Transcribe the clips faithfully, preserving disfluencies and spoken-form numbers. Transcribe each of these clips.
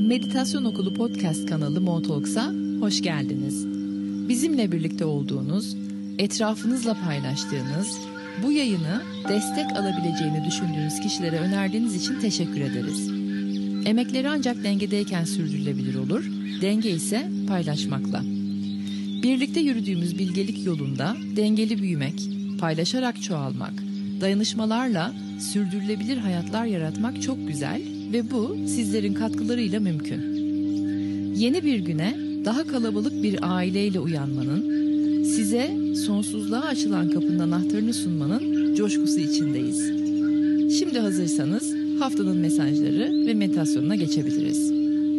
Meditasyon Okulu Podcast kanalı Motalks'a hoş geldiniz. Bizimle birlikte olduğunuz, etrafınızla paylaştığınız, bu yayını destek alabileceğini düşündüğünüz kişilere önerdiğiniz için teşekkür ederiz. Emekleri ancak dengedeyken sürdürülebilir olur, denge ise paylaşmakla. Birlikte yürüdüğümüz bilgelik yolunda dengeli büyümek, paylaşarak çoğalmak, dayanışmalarla sürdürülebilir hayatlar yaratmak çok güzel ve bu sizlerin katkılarıyla mümkün. Yeni bir güne daha kalabalık bir aileyle uyanmanın, size sonsuzluğa açılan kapının anahtarını sunmanın coşkusu içindeyiz. Şimdi hazırsanız haftanın mesajları ve meditasyonuna geçebiliriz.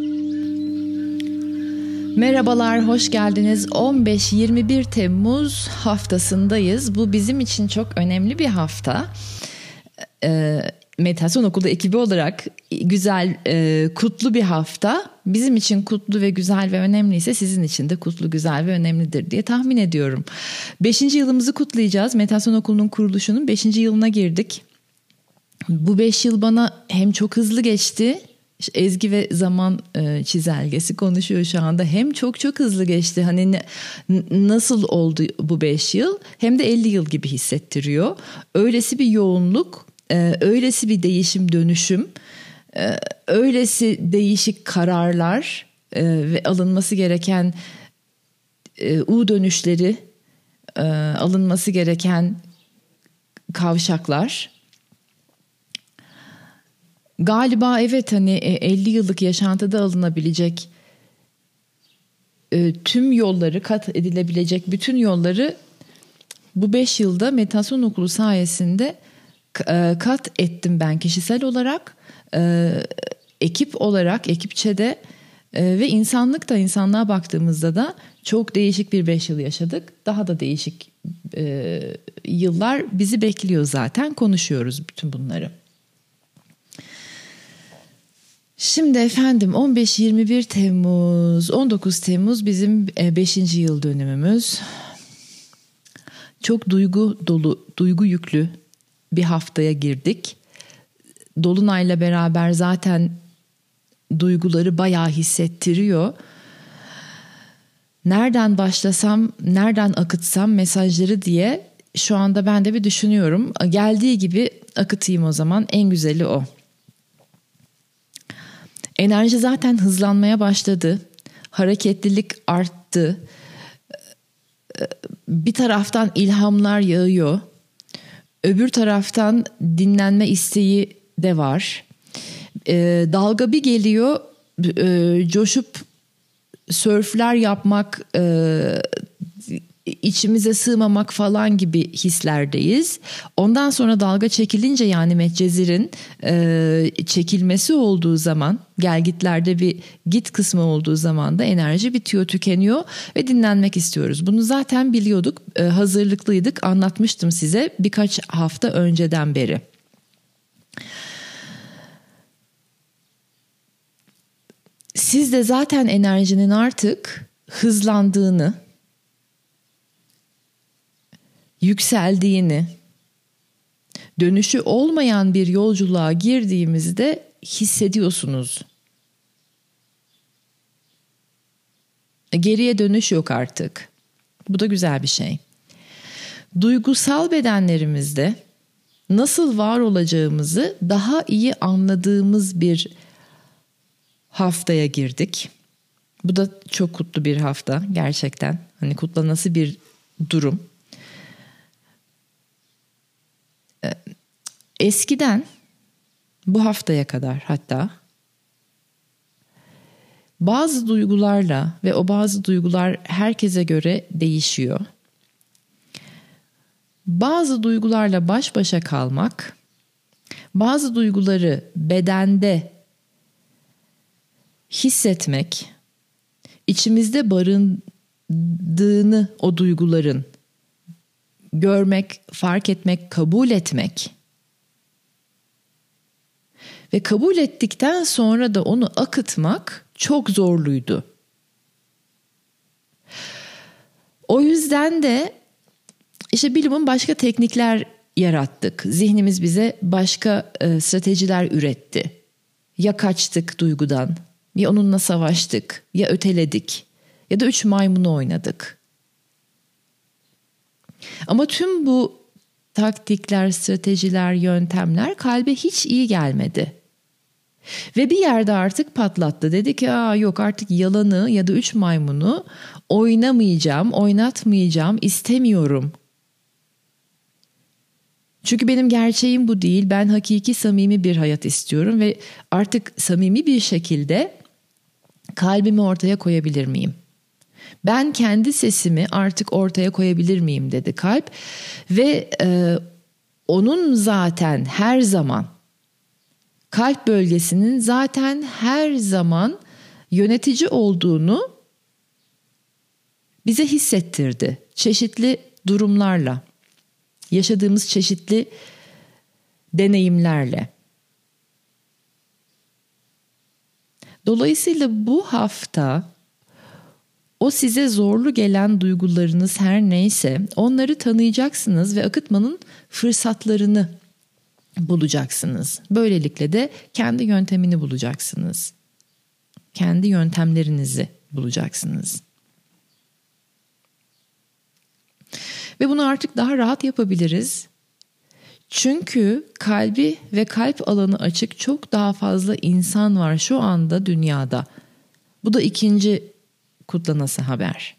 Merhabalar, hoş geldiniz. on beş yirmi bir Temmuz haftasındayız. Bu bizim için çok önemli bir hafta. Ee, Meditasyon Okulu ekibi olarak güzel, e, kutlu bir hafta. Bizim için kutlu ve güzel ve önemliyse sizin için de kutlu, güzel ve önemlidir diye tahmin ediyorum. Beşinci yılımızı kutlayacağız. Meditasyon Okulu'nun kuruluşunun beşinci yılına girdik. Bu beş yıl bana hem çok hızlı geçti. Ezgi ve zaman e, çizelgesi konuşuyor şu anda. Hem çok çok hızlı geçti. Hani ne, nasıl oldu bu beş yıl? Hem de elli yıl gibi hissettiriyor. Öylesi bir yoğunluk, e, öylesi bir değişim, dönüşüm, e, öylesi değişik kararlar e, ve alınması gereken e, U dönüşleri, e, alınması gereken kavşaklar. Galiba evet, hani elli yıllık yaşantıda alınabilecek e, tüm yolları, kat edilebilecek bütün yolları bu beş yılda meditasyon okulu sayesinde e, kat ettim ben kişisel olarak, e, ekip olarak, ekipçe de e, ve insanlık da, insanlığa baktığımızda da çok değişik bir beş yıl yaşadık. Daha da değişik e, yıllar bizi bekliyor zaten, konuşuyoruz bütün bunları. Şimdi efendim on beş yirmi bir Temmuz, on dokuz Temmuz bizim beşinci yıl dönümümüz. Çok duygu dolu, duygu yüklü bir haftaya girdik. Dolunayla beraber zaten duyguları bayağı hissettiriyor. Nereden başlasam, nereden akıtsam mesajları diye şu anda ben de bir düşünüyorum. Geldiği gibi akıtayım o zaman, en güzeli o. Enerji zaten hızlanmaya başladı. Hareketlilik arttı. Bir taraftan ilhamlar yağıyor. Öbür taraftan dinlenme isteği de var. Ee, dalga bir geliyor, e, coşup sörfler yapmak, e, içimize sığmamak falan gibi hislerdeyiz. Ondan sonra dalga çekilince, yani Medcezir'in e, çekilmesi olduğu zaman, gelgitlerde bir git kısmı olduğu zaman da enerji bitiyor, tükeniyor ve dinlenmek istiyoruz. Bunu zaten biliyorduk, e, hazırlıklıydık, anlatmıştım size birkaç hafta önceden beri. Siz de zaten enerjinin artık hızlandığını, yükseldiğini, dönüşü olmayan bir yolculuğa girdiğimizde hissediyorsunuz. Geriye dönüş yok artık. Bu da güzel bir şey. Duygusal bedenlerimizde nasıl var olacağımızı daha iyi anladığımız bir haftaya girdik. Bu da çok kutlu bir hafta gerçekten. Hani kutlanası bir durum. Eskiden, bu haftaya kadar hatta, bazı duygularla, ve o bazı duygular herkese göre değişiyor, bazı duygularla baş başa kalmak, bazı duyguları bedende hissetmek, içimizde barındığını o duyguların görmek, fark etmek, kabul etmek ve kabul ettikten sonra da onu akıtmak çok zorluydu. O yüzden de işte bilimin başka teknikler yarattık. Zihnimiz bize başka e, stratejiler üretti. Ya kaçtık duygudan, Ya onunla savaştık, ya öteledik, ya da üç maymunu oynadık. Ama tüm bu taktikler, stratejiler, yöntemler kalbe hiç iyi gelmedi. Ve bir yerde artık patlattı. Dedi ki Aa, yok artık yalanı ya da üç maymunu oynamayacağım, oynatmayacağım, istemiyorum. Çünkü benim gerçeğim bu değil. Ben hakiki, samimi bir hayat istiyorum ve artık samimi bir şekilde kalbimi ortaya koyabilir miyim? Ben kendi sesimi artık ortaya koyabilir miyim dedi kalp. Ve e, onun zaten her zaman, kalp bölgesinin zaten her zaman yönetici olduğunu bize hissettirdi. Çeşitli durumlarla, yaşadığımız çeşitli deneyimlerle. Dolayısıyla bu hafta o size zorlu gelen duygularınız her neyse onları tanıyacaksınız ve akıtmanın fırsatlarını bulacaksınız. Böylelikle de kendi yöntemini bulacaksınız. Kendi yöntemlerinizi bulacaksınız. Ve bunu artık daha rahat yapabiliriz. Çünkü kalbi ve kalp alanı açık çok daha fazla insan var şu anda dünyada. Bu da ikinci kutlanası haber.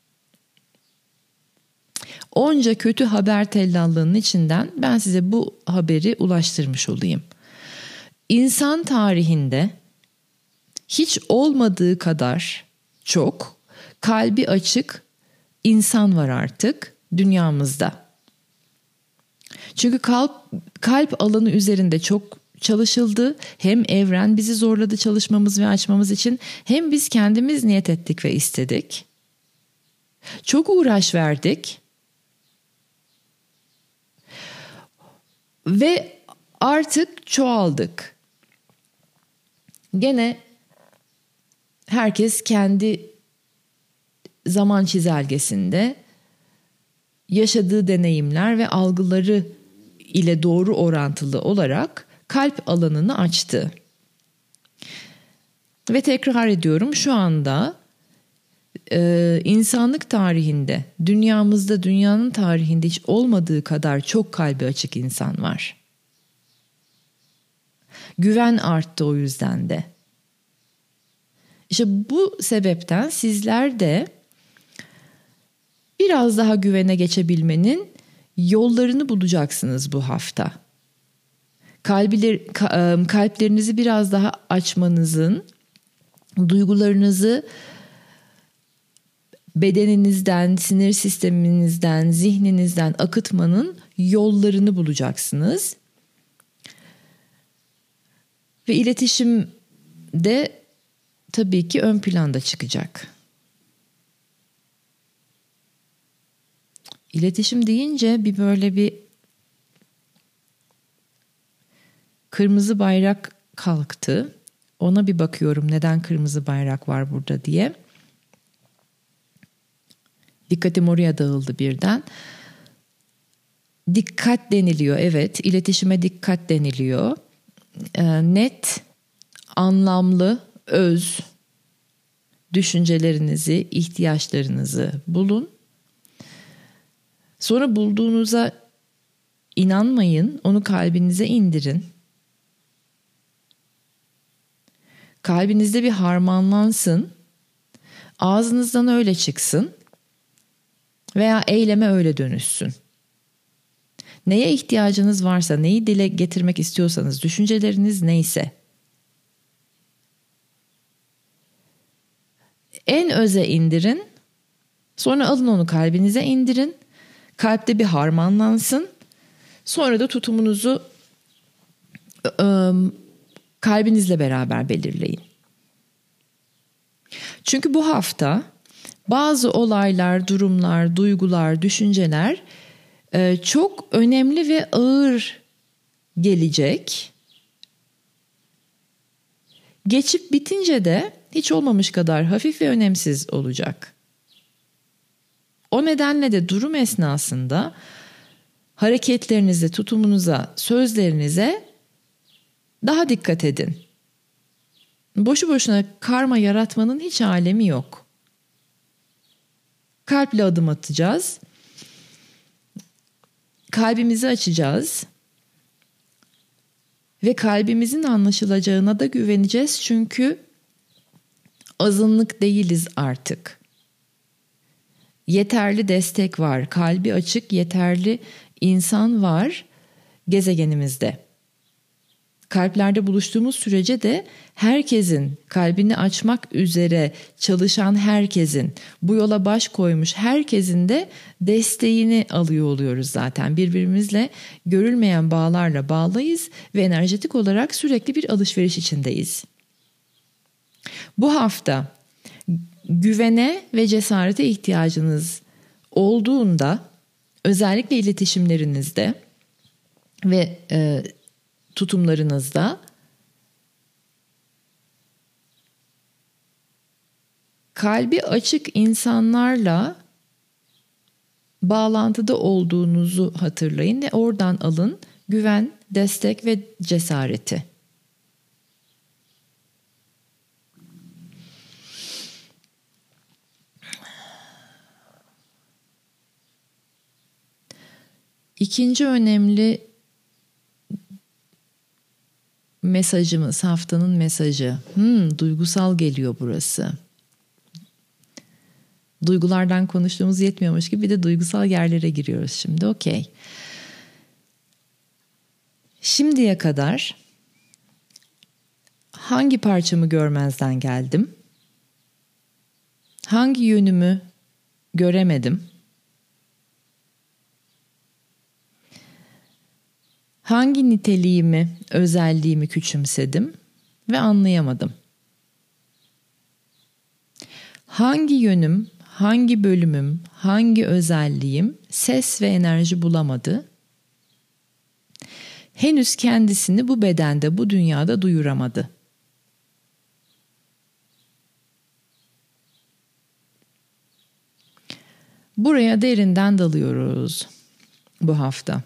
Onca kötü haber tellallığının içinden ben size bu haberi ulaştırmış olayım. İnsan tarihinde hiç olmadığı kadar çok kalbi açık insan var artık dünyamızda. Çünkü kalp, kalp alanı üzerinde çok çalışıldı. Hem evren bizi zorladı çalışmamız ve açmamız için, hem biz kendimiz niyet ettik ve istedik. Çok uğraş verdik. Ve artık çoğaldık. Gene herkes kendi zaman çizelgesinde yaşadığı deneyimler ve algıları ile doğru orantılı olarak kalp alanını açtı. Ve tekrar ediyorum, şu anda e, insanlık tarihinde, dünyamızda, dünyanın tarihinde hiç olmadığı kadar çok kalbi açık insan var. Güven arttı o yüzden de. İşte bu sebepten sizler de biraz daha güvene geçebilmenin yollarını bulacaksınız bu hafta. Kalbiler, kalplerinizi biraz daha açmanızın, duygularınızı bedeninizden, sinir sisteminizden, zihninizden akıtmanın yollarını bulacaksınız. Ve iletişim de tabii ki ön planda çıkacak. İletişim deyince bir böyle bir kırmızı bayrak kalktı. Ona bir bakıyorum, neden kırmızı bayrak var burada diye. Dikkatim oraya dağıldı birden. Dikkat deniliyor, evet. İletişime dikkat deniliyor. Ee, net, anlamlı, öz düşüncelerinizi, ihtiyaçlarınızı bulun. Sonra bulduğunuza inanmayın, onu kalbinize indirin. Kalbinizde bir harmanlansın, ağzınızdan öyle çıksın veya eyleme öyle dönüşsün. Neye ihtiyacınız varsa, neyi dile getirmek istiyorsanız, düşünceleriniz neyse, en öze indirin, sonra alın onu kalbinize indirin, kalpte bir harmanlansın, sonra da tutumunuzu ıı, kalbinizle beraber belirleyin. Çünkü bu hafta bazı olaylar, durumlar, duygular, düşünceler e, çok önemli ve ağır gelecek. Geçip bitince de hiç olmamış kadar hafif ve önemsiz olacak. O nedenle de durum esnasında hareketlerinize, tutumunuza, sözlerinize daha dikkat edin. Boşu boşuna karma yaratmanın hiç alemi yok. Kalple adım atacağız. Kalbimizi açacağız. Ve kalbimizin anlaşılacağına da güveneceğiz. Çünkü azınlık değiliz artık. Yeterli destek var. Kalbi açık, yeterli insan var gezegenimizde. Kalplerde buluştuğumuz sürece de herkesin, kalbini açmak üzere çalışan herkesin, bu yola baş koymuş herkesin de desteğini alıyor oluyoruz zaten. Birbirimizle görülmeyen bağlarla bağlıyız ve enerjetik olarak sürekli bir alışveriş içindeyiz. Bu hafta güvene ve cesarete ihtiyacınız olduğunda, özellikle iletişimlerinizde ve e, tutumlarınızda kalbi açık insanlarla bağlantıda olduğunuzu hatırlayın ve oradan alın güven, destek ve cesareti. İkinci önemli mesajımız, haftanın mesajı. Hmm, duygusal geliyor burası. Duygulardan konuştuğumuz yetmiyormuş gibi bir de duygusal yerlere giriyoruz şimdi. Okey. Şimdiye kadar hangi parçamı görmezden geldim? Hangi yönümü göremedim? Hangi niteliğimi, özelliğimi küçümsedim ve anlayamadım? Hangi yönüm, hangi bölümüm, hangi özelliğim ses ve enerji bulamadı? Henüz kendisini bu bedende, bu dünyada duyuramadı. Buraya derinden dalıyoruz bu hafta.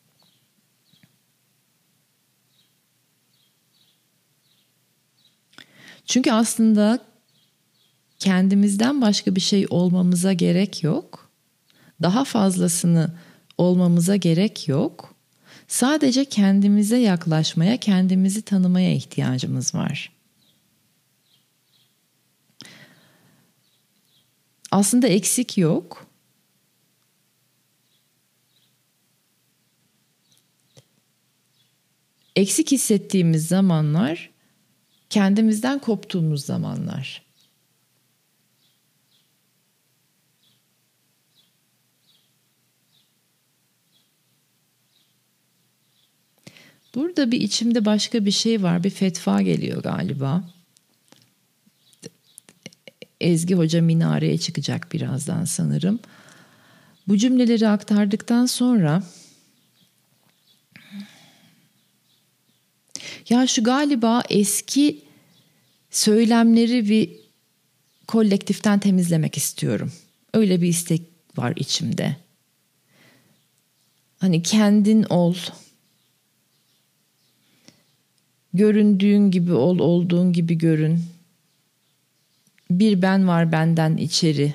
Çünkü aslında kendimizden başka bir şey olmamıza gerek yok. Daha fazlasını olmamıza gerek yok. Sadece kendimize yaklaşmaya, kendimizi tanımaya ihtiyacımız var. Aslında eksik yok. Eksik hissettiğimiz zamanlar kendimizden koptuğumuz zamanlar. Burada bir içimde başka bir şey var. Bir fetva geliyor galiba. Ezgi Hoca minareye çıkacak birazdan sanırım. Bu cümleleri aktardıktan sonra ya şu galiba eski söylemleri bir kolektiften temizlemek istiyorum. Öyle bir istek var içimde. Hani kendin ol. Göründüğün gibi ol, olduğun gibi görün. Bir ben var benden içeri.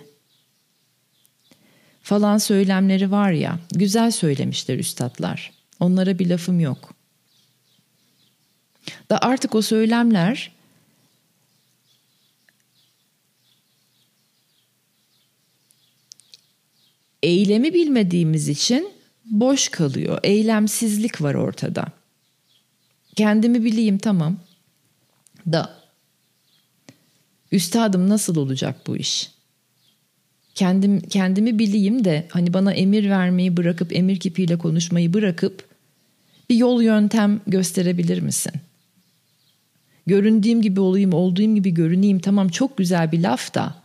Falan söylemleri var ya, güzel söylemişler üstadlar. Onlara bir lafım yok. Da artık o söylemler eylemi bilmediğimiz için boş kalıyor. Eylemsizlik var ortada. Kendimi bileyim tamam. Da üstadım nasıl olacak bu iş? Kendim kendimi bileyim de hani bana emir vermeyi bırakıp emir kipiyle konuşmayı bırakıp bir yol yöntem gösterebilir misin? Göründüğüm gibi olayım, olduğum gibi görüneyim. Tamam çok güzel bir laf da.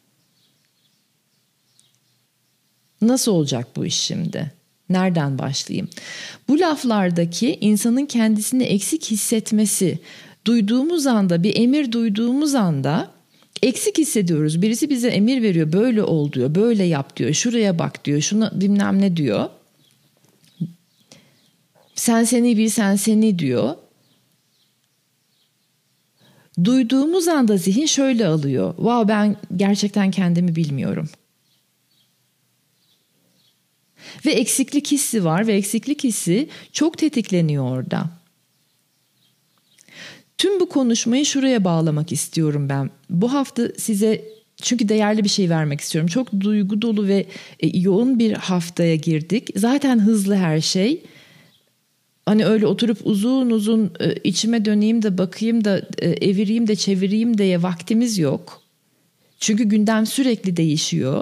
Nasıl olacak bu iş şimdi? Nereden başlayayım? Bu laflardaki insanın kendisini eksik hissetmesi, duyduğumuz anda, bir emir duyduğumuz anda eksik hissediyoruz. Birisi bize emir veriyor, böyle ol diyor, böyle yap diyor, şuraya bak diyor, şuna bilmem ne diyor. Sen seni bil, sen seni diyor. Duyduğumuz anda zihin şöyle alıyor. Wow, ben gerçekten kendimi bilmiyorum. Ve eksiklik hissi var ve eksiklik hissi çok tetikleniyor orada. Tüm bu konuşmayı şuraya bağlamak istiyorum ben. Bu hafta size çünkü değerli bir şey vermek istiyorum. Çok duygu dolu ve yoğun bir haftaya girdik. Zaten hızlı her şey. Hani öyle oturup uzun uzun içime döneyim de bakayım da evireyim de çevireyim diye vaktimiz yok. Çünkü gündem sürekli değişiyor.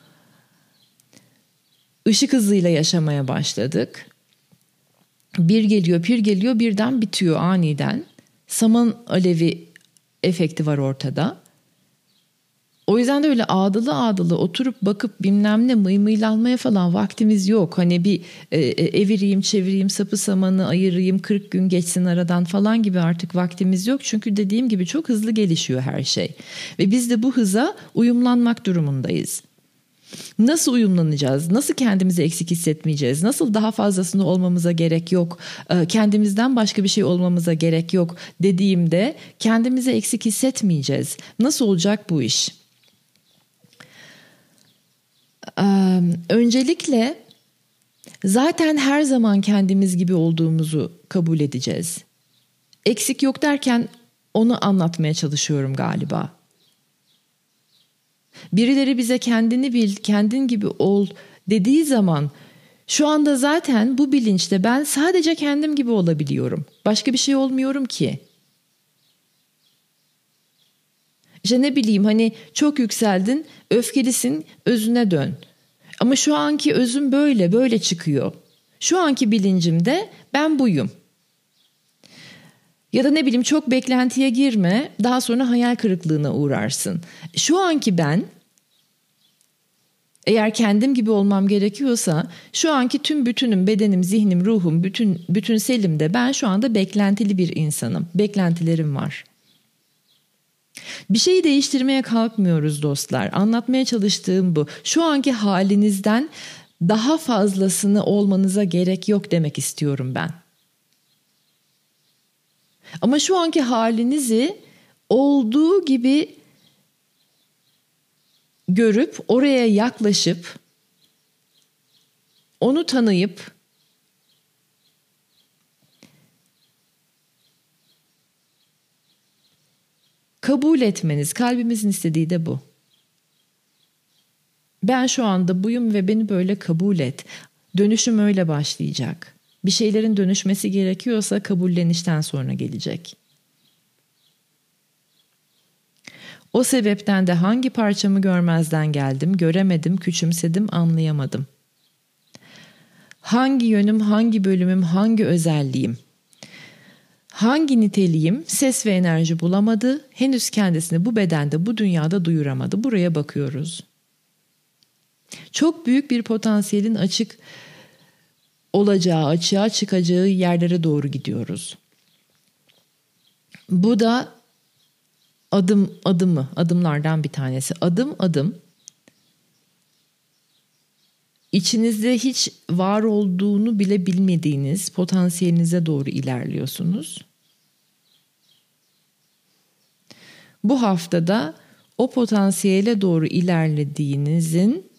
Işık hızıyla yaşamaya başladık. Bir geliyor, pir geliyor, birden bitiyor aniden. Saman alevi efekti var ortada. O yüzden de öyle ağdılı ağdılı oturup bakıp bilmem ne mıymıylanmaya falan vaktimiz yok. Hani bir e, evireyim çevireyim sapı samanı ayırayım kırk gün geçsin aradan falan gibi artık vaktimiz yok. Çünkü dediğim gibi çok hızlı gelişiyor her şey. Ve biz de bu hıza uyumlanmak durumundayız. Nasıl uyumlanacağız? Nasıl kendimizi eksik hissetmeyeceğiz? Nasıl daha fazlasını olmamıza gerek yok? Kendimizden başka bir şey olmamıza gerek yok dediğimde kendimizi eksik hissetmeyeceğiz. Nasıl olacak bu iş? Öncelikle zaten her zaman kendimiz gibi olduğumuzu kabul edeceğiz. Eksik yok derken onu anlatmaya çalışıyorum galiba. Birileri bize kendini bil, kendin gibi ol dediği zaman şu anda zaten bu bilinçte ben sadece kendim gibi olabiliyorum. Başka bir şey olmuyorum ki. İşte ne bileyim hani çok yükseldin, öfkelisin, özüne dön. Ama şu anki özüm böyle, böyle çıkıyor. Şu anki bilincimde ben buyum. Ya da ne bileyim çok beklentiye girme, daha sonra hayal kırıklığına uğrarsın. Şu anki ben, eğer kendim gibi olmam gerekiyorsa, şu anki tüm bütünüm, bedenim, zihnim, ruhum, bütün bütün selimde ben şu anda beklentili bir insanım. Beklentilerim var. Bir şeyi değiştirmeye kalkmıyoruz dostlar. Anlatmaya çalıştığım bu. Şu anki halinizden daha fazlasını olmanıza gerek yok demek istiyorum ben. Ama şu anki halinizi olduğu gibi görüp oraya yaklaşıp onu tanıyıp kabul etmeniz, kalbimizin istediği de bu. Ben şu anda buyum ve beni böyle kabul et. Dönüşüm öyle başlayacak. Bir şeylerin dönüşmesi gerekiyorsa kabullenişten sonra gelecek. O sebepten de hangi parçamı görmezden geldim, göremedim, küçümsedim, anlayamadım. Hangi yönüm, hangi bölümüm, hangi özelliğim, hangi niteliğim ses ve enerji bulamadı, henüz kendisini bu bedende, bu dünyada duyuramadı. Buraya bakıyoruz. Çok büyük bir potansiyelin açık olacağı, açığa çıkacağı yerlere doğru gidiyoruz. Bu da adım adımı, adımlardan bir tanesi. Adım adım içinizde hiç var olduğunu bile bilmediğiniz potansiyelinize doğru ilerliyorsunuz. Bu haftada o potansiyele doğru ilerlediğinizin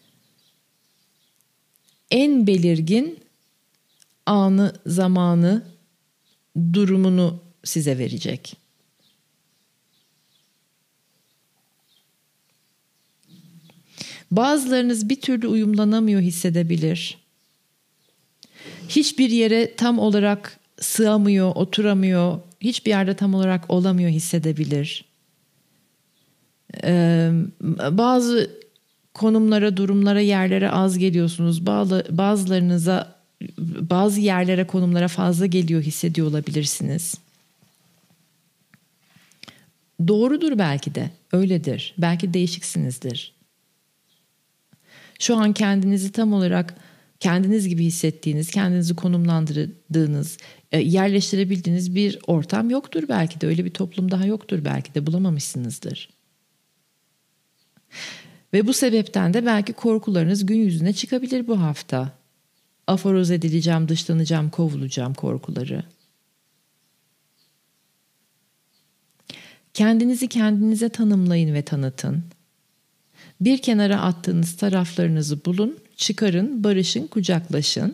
en belirgin anı, zamanı, durumunu size verecek. Bazılarınız bir türlü uyumlanamıyor hissedebilir. Hiçbir yere tam olarak sığamıyor, oturamıyor, hiçbir yerde tam olarak olamıyor hissedebilir. Ee, bazı konumlara, durumlara, yerlere az geliyorsunuz. Bazı, bazılarınıza, bazı yerlere, konumlara fazla geliyor hissediyor olabilirsiniz. Doğrudur belki de, öyledir. Belki değişiksinizdir. Şu an kendinizi tam olarak kendiniz gibi hissettiğiniz, kendinizi konumlandırdığınız, yerleştirebildiğiniz bir ortam yoktur belki de. Öyle bir toplum daha yoktur belki de, bulamamışsınızdır. Ve bu sebepten de belki korkularınız gün yüzüne çıkabilir bu hafta. Aforoz edileceğim, dışlanacağım, kovulacağım korkuları. Kendinizi kendinize tanımlayın ve tanıtın. Bir kenara attığınız taraflarınızı bulun, çıkarın, barışın, kucaklaşın.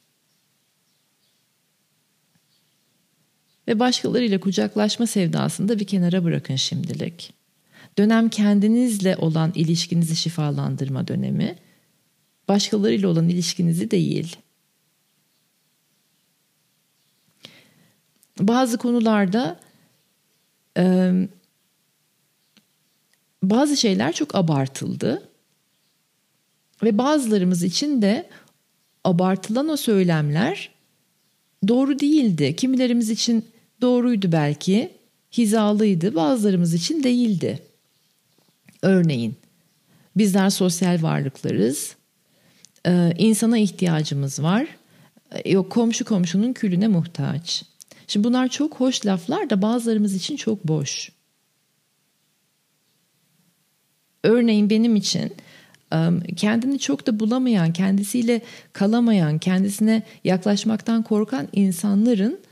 Ve başkalarıyla kucaklaşma sevdasını da bir kenara bırakın şimdilik. Dönem kendinizle olan ilişkinizi şifalandırma dönemi, başkalarıyla olan ilişkinizi değil. Bazı konularda e, bazı şeyler çok abartıldı ve bazılarımız için de abartılan o söylemler doğru değildi. Kimilerimiz için doğruydu belki, hizalıydı, bazılarımız için değildi. Örneğin bizler sosyal varlıklarız, ee, insana ihtiyacımız var, yok komşu komşunun külüne muhtaç. Şimdi bunlar çok hoş laflar da bazılarımız için çok boş. Örneğin benim için kendini çok da bulamayan, kendisiyle kalamayan, kendisine yaklaşmaktan korkan insanların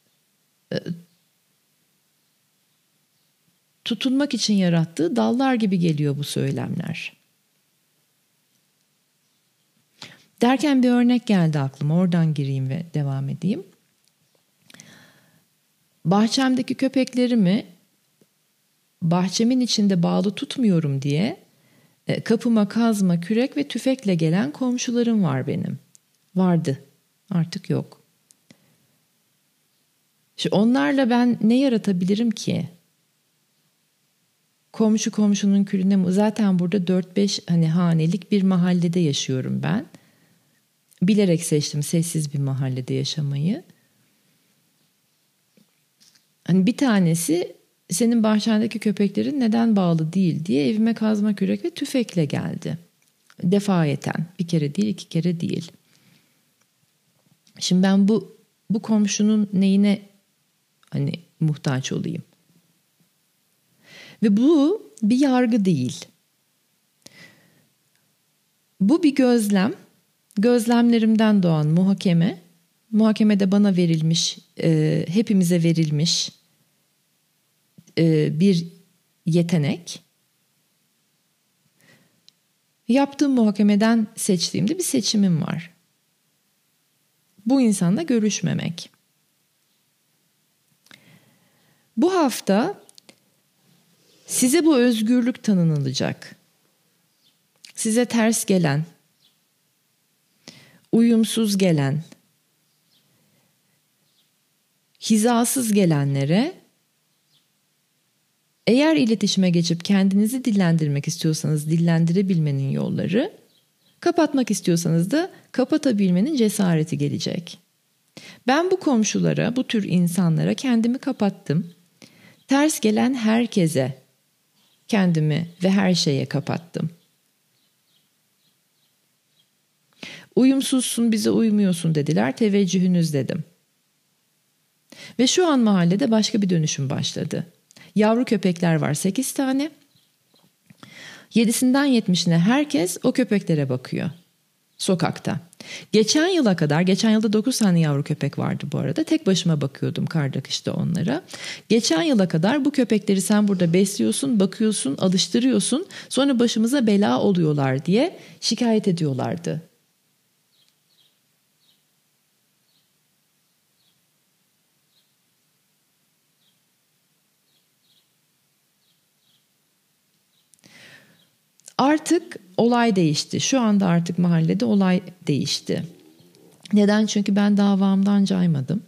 tutunmak için yarattığı dallar gibi geliyor bu söylemler. Derken bir örnek geldi aklıma. Oradan gireyim ve devam edeyim. Bahçemdeki köpeklerimi bahçemin içinde bağlı tutmuyorum diye kapıma kazma, kürek ve tüfekle gelen komşularım var benim. Vardı. Artık yok. Şimdi onlarla ben ne yaratabilirim ki? Komşu komşunun külüne mi? Zaten burada dört beş hani hanelik bir mahallede yaşıyorum ben. Bilerek seçtim sessiz bir mahallede yaşamayı. Hani bir tanesi senin bahçendeki köpeklerin neden bağlı değil diye evime kazma kürek ve tüfekle geldi. Defayeten, bir kere değil, iki kere değil. Şimdi ben bu bu komşunun neyine hani muhtaç olayım? Ve bu bir yargı değil. Bu bir gözlem. Gözlemlerimden doğan muhakeme. Muhakemede bana verilmiş, e, hepimize verilmiş e, bir yetenek. Yaptığım muhakemeden seçtiğimde bir seçimim var. Bu insanla görüşmemek. Bu hafta size bu özgürlük tanınılacak. Size ters gelen, uyumsuz gelen, hizasız gelenlere eğer iletişime geçip kendinizi dillendirmek istiyorsanız dillendirebilmenin yolları, kapatmak istiyorsanız da kapatabilmenin cesareti gelecek. Ben bu komşulara, bu tür insanlara kendimi kapattım. Ters gelen herkese kendimi ve her şeye kapattım. Uyumsuzsun, bize uymuyorsun dediler, teveccühünüz dedim. Ve şu an mahallede başka bir dönüşüm başladı. Yavru köpekler var sekiz tane. Yedisinden yetmişine herkes o köpeklere bakıyor. Sokakta. Geçen yıla kadar, geçen yılda dokuz tane yavru köpek vardı bu arada. Tek başıma bakıyordum Kardakış'ta onlara. Geçen yıla kadar bu köpekleri sen burada besliyorsun, bakıyorsun, alıştırıyorsun. Sonra başımıza bela oluyorlar diye şikayet ediyorlardı. Artık olay değişti. Şu anda artık mahallede olay değişti. Neden? Çünkü ben davamdan caymadım.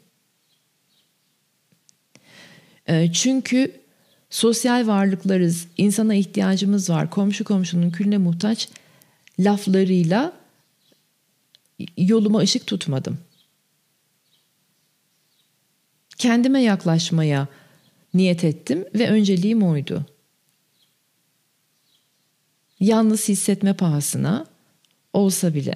Çünkü sosyal varlıklarız, insana ihtiyacımız var, komşu komşunun külüne muhtaç laflarıyla yoluma ışık tutmadım. Kendime yaklaşmaya niyet ettim ve önceliğim oydu. Yalnız hissetme pahasına olsa bile.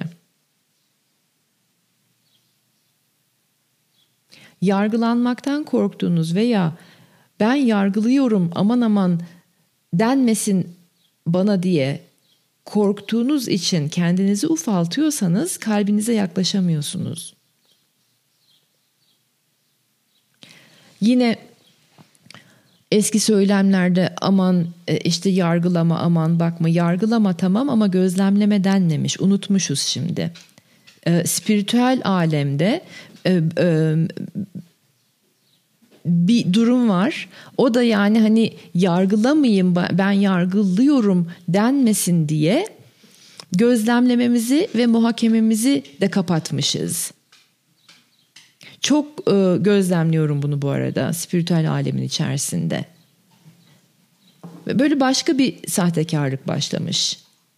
Yargılanmaktan korktuğunuz veya ben yargılıyorum aman aman denmesin bana diye korktuğunuz için kendinizi ufaltıyorsanız kalbinize yaklaşamıyorsunuz. Yine Eski söylemlerde aman işte yargılama, aman bakma, yargılama tamam ama gözlemleme denmemiş, unutmuşuz şimdi. E, spiritüel alemde e, e, bir durum var. O da yani hani yargılamayayım, ben yargılıyorum denmesin diye gözlemlememizi ve muhakememizi de kapatmışız. Çok e, gözlemliyorum bunu bu arada spiritüel alemin içerisinde. Böyle başka bir sahtekarlık başlamış.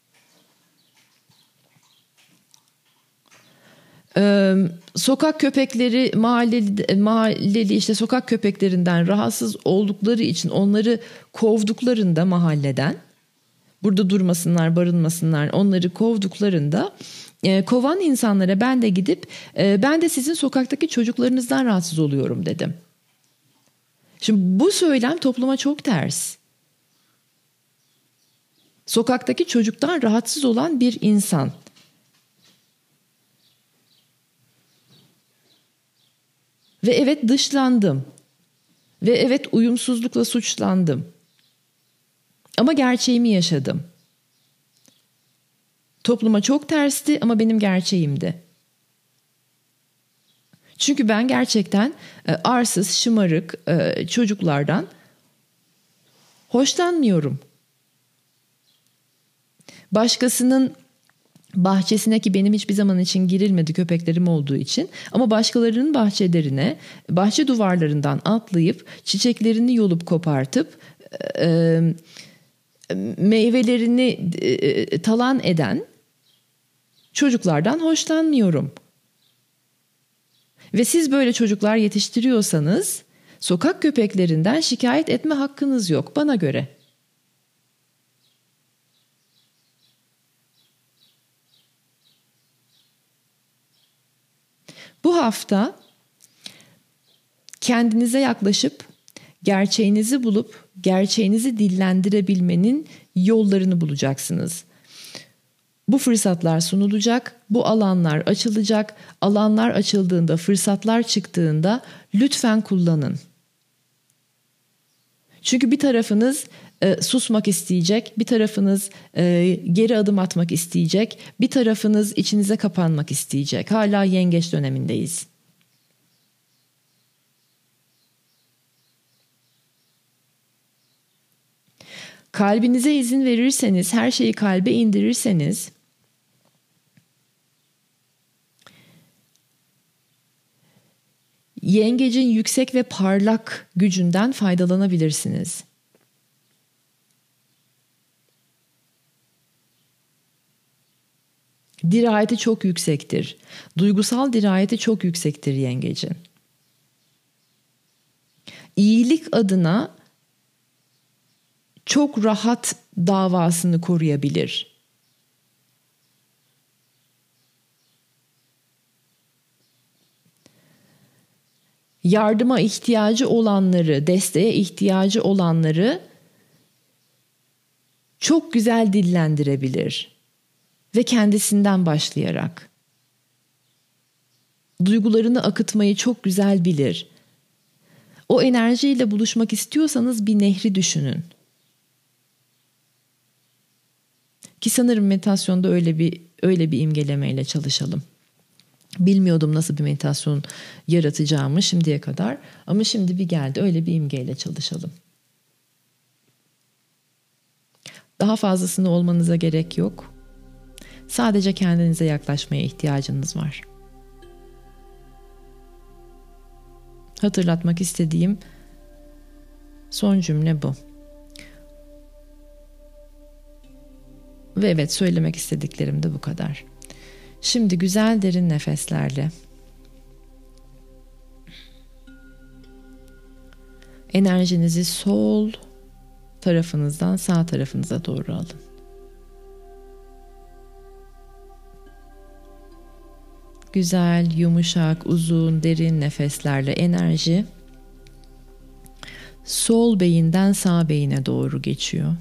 Ee, sokak köpekleri mahalleli, mahalleli işte sokak köpeklerinden rahatsız oldukları için onları kovduklarında mahalleden, burada durmasınlar, barınmasınlar, onları kovduklarında e, kovan insanlara ben de gidip e, ben de sizin sokaktaki çocuklarınızdan rahatsız oluyorum dedim. Şimdi bu söylem topluma çok ters. Sokaktaki çocuktan rahatsız olan bir insan. Ve evet dışlandım. Ve evet uyumsuzlukla suçlandım. Ama gerçeğimi yaşadım. Topluma çok tersti ama benim gerçeğimdi. Çünkü ben gerçekten arsız, şımarık çocuklardan hoşlanmıyorum. Başkasının bahçesine, ki benim hiçbir zaman için girilmedi köpeklerim olduğu için, ama başkalarının bahçelerine, bahçe duvarlarından atlayıp çiçeklerini yolup kopartıp e, meyvelerini e, talan eden çocuklardan hoşlanmıyorum. Ve siz böyle çocuklar yetiştiriyorsanız sokak köpeklerinden şikayet etme hakkınız yok bana göre. Bu hafta kendinize yaklaşıp gerçeğinizi bulup gerçeğinizi dillendirebilmenin yollarını bulacaksınız. Bu fırsatlar sunulacak, bu alanlar açılacak. Alanlar açıldığında, fırsatlar çıktığında lütfen kullanın. Çünkü bir tarafınız e, susmak isteyecek, bir tarafınız e, geri adım atmak isteyecek, bir tarafınız içinize kapanmak isteyecek. Hala yengeç dönemindeyiz. Kalbinize izin verirseniz, her şeyi kalbe indirirseniz, yengecin yüksek ve parlak gücünden faydalanabilirsiniz. Dirayeti çok yüksektir. Duygusal dirayeti çok yüksektir yengecin. İyilik adına çok rahat davasını koruyabilir. Yardıma ihtiyacı olanları, desteğe ihtiyacı olanları çok güzel dillendirebilir. Ve kendisinden başlayarak. Duygularını akıtmayı çok güzel bilir. O enerjiyle buluşmak istiyorsanız bir nehri düşünün. Ki sanırım meditasyonda öyle bir öyle bir imgelemeyle çalışalım. Bilmiyordum nasıl bir meditasyon yaratacağımı şimdiye kadar, ama şimdi bir geldi, öyle bir imgeyle çalışalım. Daha fazlasını olmanıza gerek yok. Sadece kendinize yaklaşmaya ihtiyacınız var. Hatırlatmak istediğim son cümle bu. Ve evet, söylemek istediklerim de bu kadar. Şimdi güzel derin nefeslerle enerjinizi sol tarafınızdan sağ tarafınıza doğru alın. Güzel, yumuşak, uzun, derin nefeslerle enerji sol beyinden sağ beyine doğru geçiyor.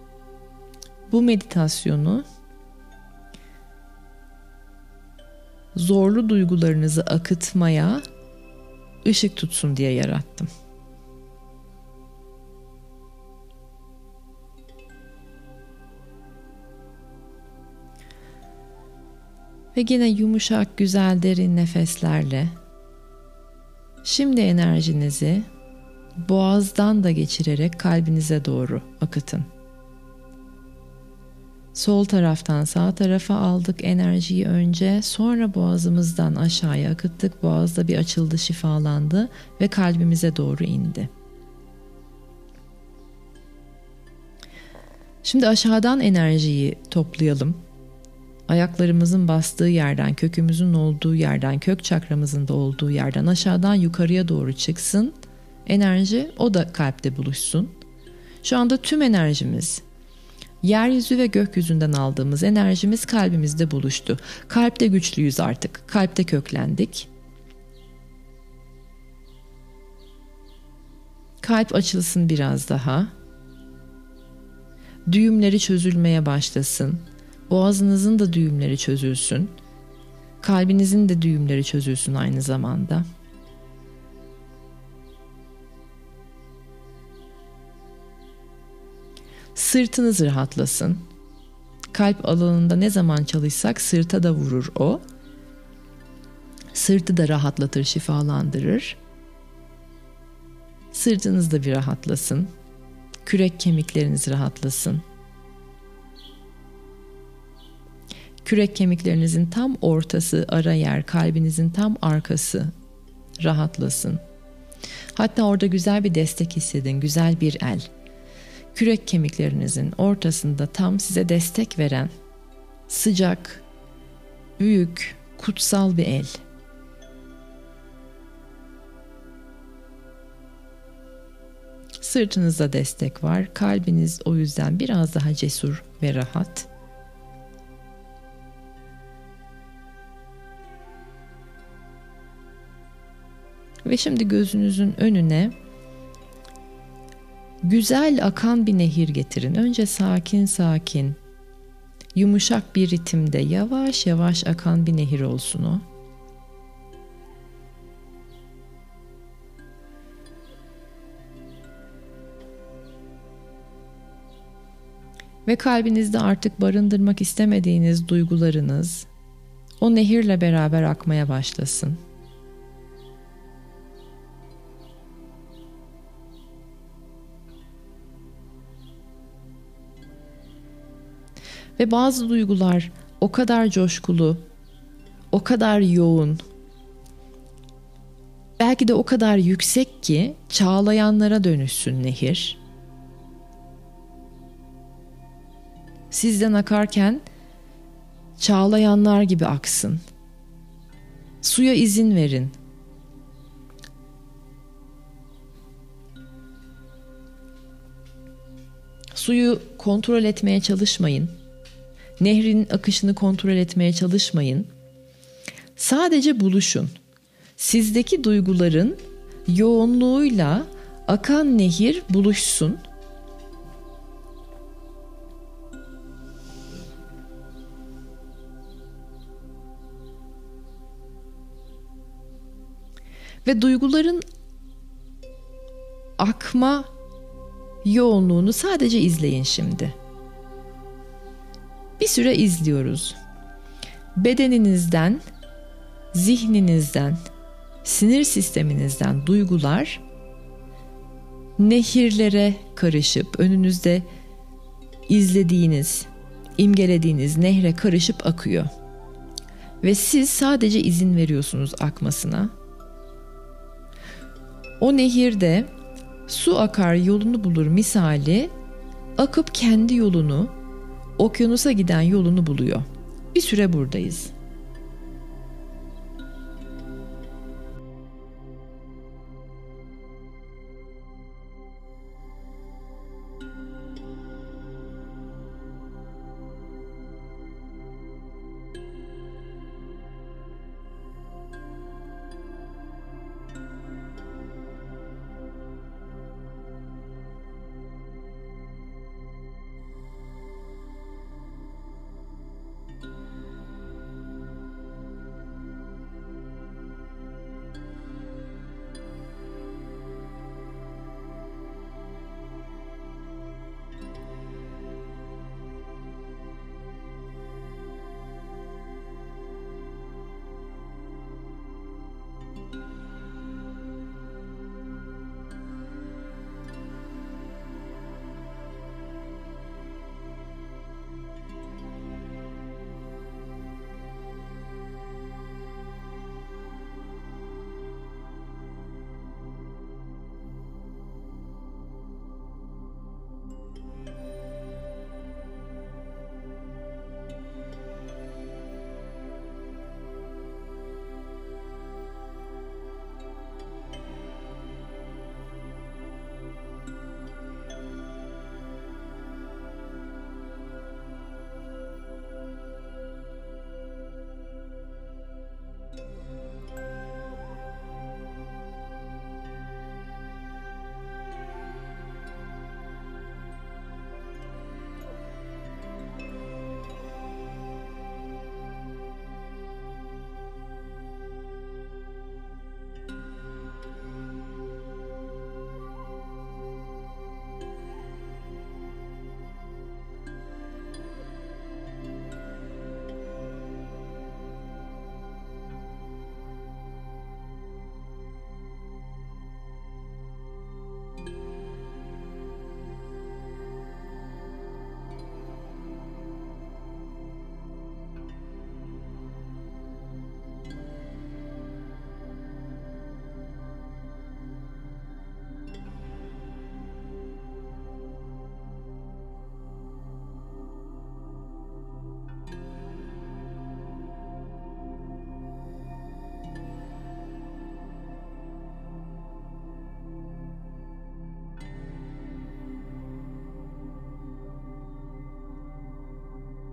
Bu meditasyonu zorlu duygularınızı akıtmaya ışık tutsun diye yarattım. Ve yine yumuşak, güzel, derin nefeslerle şimdi enerjinizi boğazdan da geçirerek kalbinize doğru akıtın. Sol taraftan sağ tarafa aldık enerjiyi önce, sonra boğazımızdan aşağıya akıttık. Boğazda bir açıldı, şifalandı ve kalbimize doğru indi. Şimdi aşağıdan enerjiyi toplayalım. Ayaklarımızın bastığı yerden, kökümüzün olduğu yerden, kök çakramızın da olduğu yerden aşağıdan yukarıya doğru çıksın. Enerji o da kalpte buluşsun. Şu anda tüm enerjimiz, yeryüzü ve gökyüzünden aldığımız enerjimiz kalbimizde buluştu. Kalpte güçlüyüz artık. Kalpte köklendik. Kalp açılsın biraz daha. Düğümleri çözülmeye başlasın. Boğazınızın da düğümleri çözülsün. Kalbinizin de düğümleri çözülsün aynı zamanda. Sırtınız rahatlasın. Kalp alanında ne zaman çalışsak sırta da vurur o. Sırtı da rahatlatır, şifalandırır. Sırtınız da bir rahatlasın. Kürek kemikleriniz rahatlasın. Kürek kemiklerinizin tam ortası, ara yer, kalbinizin tam arkası rahatlasın. Hatta orada güzel bir destek hissedin, güzel bir el. Kürek kemiklerinizin ortasında tam size destek veren, sıcak, büyük, kutsal bir el. Sırtınızda destek var. Kalbiniz o yüzden biraz daha cesur ve rahat. Ve şimdi gözünüzün önüne güzel akan bir nehir getirin. Önce sakin sakin, yumuşak bir ritimde yavaş yavaş akan bir nehir olsun o. Ve kalbinizde artık barındırmak istemediğiniz duygularınız o nehirle beraber akmaya başlasın. Ve bazı duygular o kadar coşkulu, o kadar yoğun, belki de o kadar yüksek ki çağlayanlara dönüşsün nehir. Sizden akarken çağlayanlar gibi aksın. Suya izin verin. Suyu kontrol etmeye çalışmayın. Nehrin akışını kontrol etmeye çalışmayın. Sadece buluşun. Sizdeki duyguların yoğunluğuyla akan nehir buluşsun. Ve duyguların akma yoğunluğunu sadece izleyin şimdi. Bir süre izliyoruz. Bedeninizden, zihninizden, sinir sisteminizden duygular nehirlere karışıp önünüzde izlediğiniz, imgelediğiniz nehre karışıp akıyor. Ve siz sadece izin veriyorsunuz akmasına. O nehirde su akar yolunu bulur misali akıp kendi yolunu, okyanusa giden yolunu buluyor. Bir süre buradayız.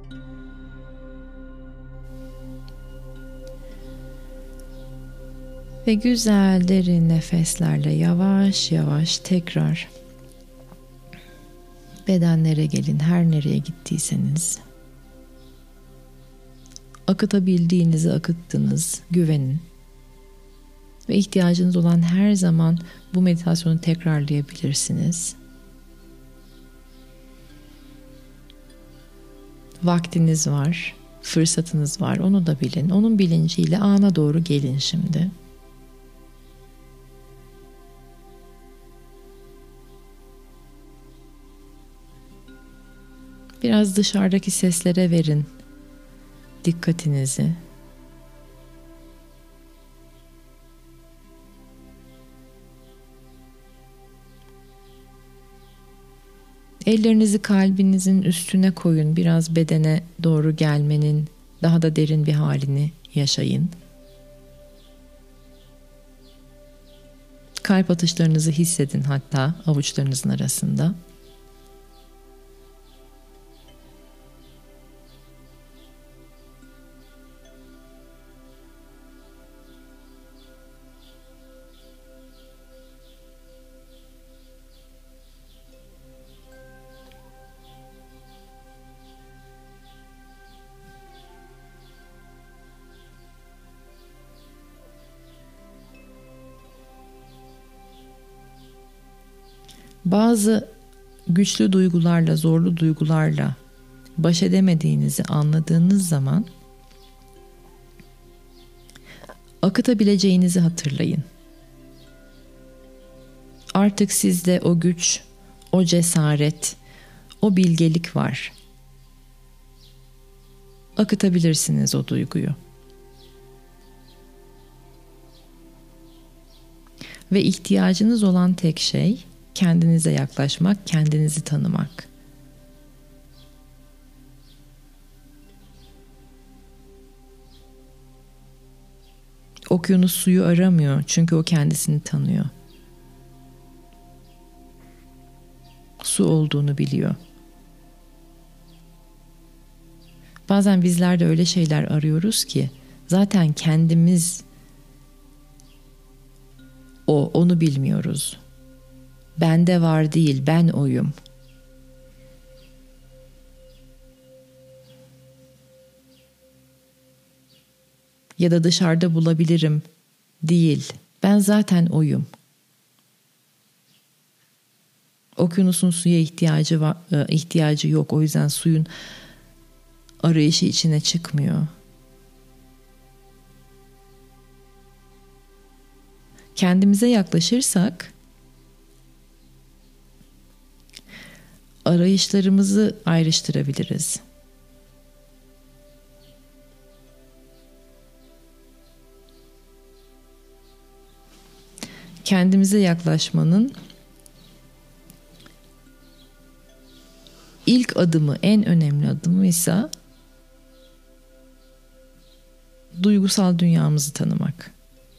Ve güzel derin nefeslerle yavaş yavaş tekrar bedenlere gelin, her nereye gittiyseniz. Akıtabildiğinizi akıttınız, güvenin. Ve ihtiyacınız olan her zaman bu meditasyonu tekrarlayabilirsiniz. Vaktiniz var, fırsatınız var, onu da bilin. Onun bilinciyle ana doğru gelin şimdi. Biraz dışarıdaki seslere verin dikkatinizi. Ellerinizi kalbinizin üstüne koyun. Biraz bedene doğru gelmenin daha da derin bir halini yaşayın. Kalp atışlarınızı hissedin, hatta avuçlarınızın arasında. Bazı güçlü duygularla, zorlu duygularla baş edemediğinizi anladığınız zaman akıtabileceğinizi hatırlayın. Artık sizde o güç, o cesaret, o bilgelik var. Akıtabilirsiniz o duyguyu. Ve ihtiyacınız olan tek şey kendinize yaklaşmak, kendinizi tanımak. Okyanus suyu aramıyor çünkü o kendisini tanıyor. Su olduğunu biliyor. Bazen bizler de öyle şeyler arıyoruz ki zaten kendimiz o, onu bilmiyoruz. Bende var değil, ben oyum. Ya da dışarıda bulabilirim değil, ben zaten oyum. Okyanusun suya ihtiyacı var, ihtiyacı yok, o yüzden suyun arayışı içine çıkmıyor. Kendimize yaklaşırsak arayışlarımızı ayrıştırabiliriz. Kendimize yaklaşmanın ilk adımı, en önemli adımı ise duygusal dünyamızı tanımak.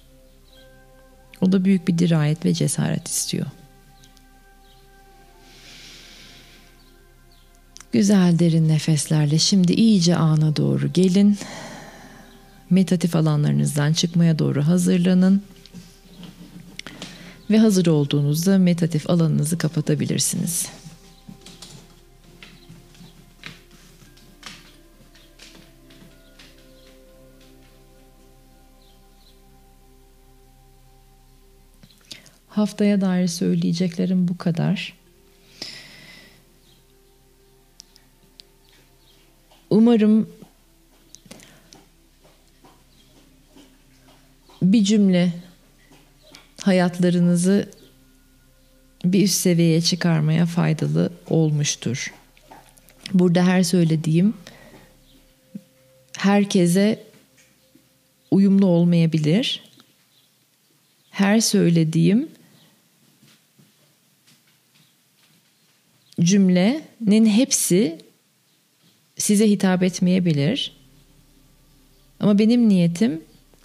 O da büyük bir dirayet ve cesaret istiyor. Güzel derin nefeslerle şimdi iyice ana doğru gelin. Meditatif alanlarınızdan çıkmaya doğru hazırlanın. Ve hazır olduğunuzda meditatif alanınızı kapatabilirsiniz. Haftaya dair söyleyeceklerim bu kadar. Umarım bir cümle hayatlarınızı bir üst seviyeye çıkarmaya faydalı olmuştur. Burada her söylediğim herkese uyumlu olmayabilir. Her söylediğim cümlenin hepsi size hitap etmeyebilir. Ama benim niyetim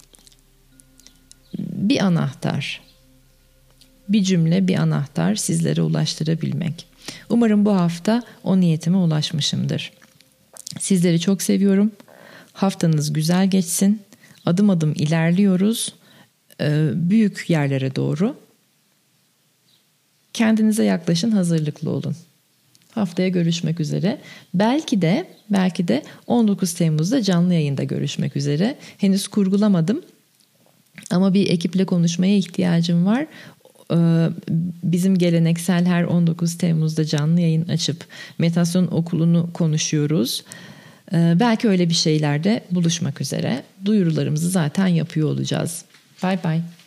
bir anahtar. Bir cümle, bir anahtar sizlere ulaştırabilmek. Umarım bu hafta o niyetime ulaşmışımdır. Sizleri çok seviyorum. Haftanız güzel geçsin. Adım adım ilerliyoruz. Ee, büyük yerlere doğru. Kendinize yaklaşın, hazırlıklı olun. Haftaya görüşmek üzere. Belki de belki de on dokuz Temmuz'da canlı yayında görüşmek üzere. Henüz kurgulamadım. Ama bir ekiple konuşmaya ihtiyacım var. Ee, bizim geleneksel her on dokuz Temmuz'da canlı yayın açıp meditasyon okulunu konuşuyoruz. Ee, belki öyle bir şeylerde buluşmak üzere. Duyurularımızı zaten yapıyor olacağız. Bye bye.